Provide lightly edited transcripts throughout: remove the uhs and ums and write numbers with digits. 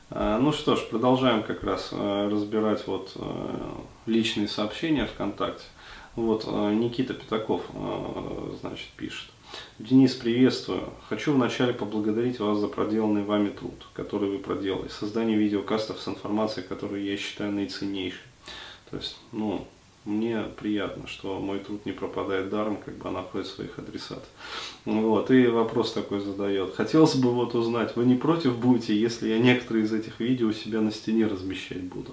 Ну что ж, продолжаем как раз разбирать вот личные сообщения ВКонтакте. Вот Никита Пятаков, значит, пишет. Денис, приветствую. Хочу вначале поблагодарить вас за проделанный вами труд, который вы проделали. Создание видеокастов с информацией, которую я считаю наиценнейшей. То есть, ну, мне приятно, что мой труд не пропадает даром, как бы она находит своих адресатов. Вот, и вопрос такой задает. Хотелось бы вот узнать, вы не против будете, если я некоторые из этих видео у себя на стене размещать буду?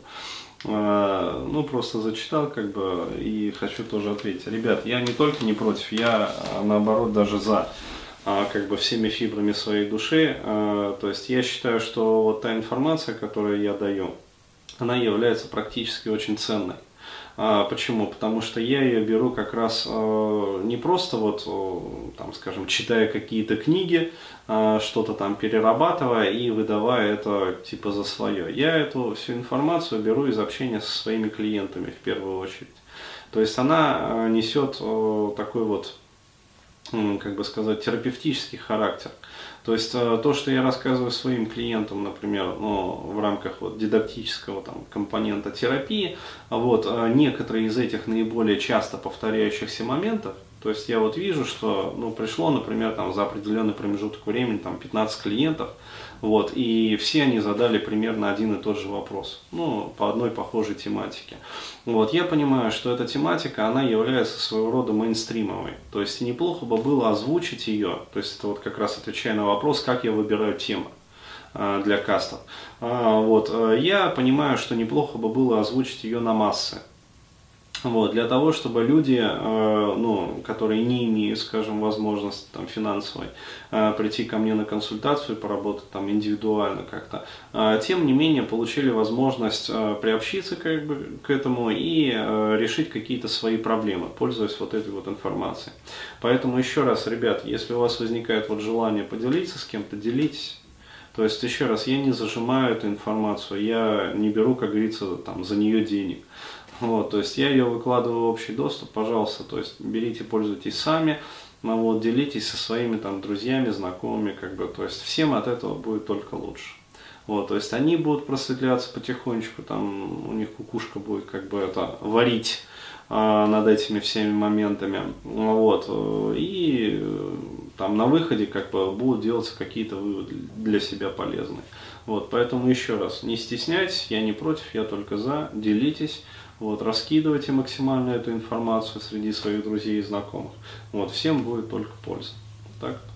Ну, просто зачитал, как бы, и хочу тоже ответить. Ребят, я не только не против, я наоборот даже за, как бы всеми фибрами своей души. То есть я считаю, что вот та информация, которую я даю, она является практически очень ценной. Почему? Потому что я ее беру как раз не просто вот, там, скажем, читая какие-то книги, что-то там перерабатывая и выдавая это типа за свое. Я эту всю информацию беру из общения со своими клиентами в первую очередь. То есть она несет такой вот, как бы сказать, терапевтический характер. То есть то, что я рассказываю своим клиентам, например, ну, в рамках вот дидактического там, компонента терапии, вот, некоторые из этих наиболее часто повторяющихся моментов, то есть я вот вижу, что ну, пришло, например, там, за определенный промежуток времени там, 15 клиентов, вот, и все они задали примерно один и тот же вопрос, ну, по одной похожей тематике. Вот, я понимаю, что эта тематика, она является своего рода мейнстримовой, то есть неплохо бы было озвучить ее, то есть это вот как раз отвечая на вопрос, как я выбираю темы для кастов. Вот, я понимаю, что неплохо бы было озвучить ее на массы. Вот, для того, чтобы люди, ну, которые не имеют, скажем, возможности там, финансовой прийти ко мне на консультацию и поработать там, индивидуально как-то, тем не менее получили возможность приобщиться как бы, к этому и решить какие-то свои проблемы, пользуясь вот этой вот информацией. Поэтому еще раз, ребят, если у вас возникает вот желание поделиться с кем-то, делитесь. То есть, еще раз, я не зажимаю эту информацию, я не беру, как говорится, там, за нее денег. Вот, то есть я ее выкладываю в общий доступ, пожалуйста, то есть берите, пользуйтесь сами, вот, делитесь со своими там друзьями, знакомыми, как бы, то есть всем от этого будет только лучше. Вот, то есть они будут просветляться потихонечку, там у них кукушка будет как бы это варить над этими всеми моментами, вот, и там на выходе как бы будут делаться какие-то выводы для себя полезные. Вот, поэтому еще раз, не стесняйтесь, я не против, я только за, делитесь. Вот, раскидывайте максимально эту информацию среди своих друзей и знакомых. Вот, всем будет только польза. Так?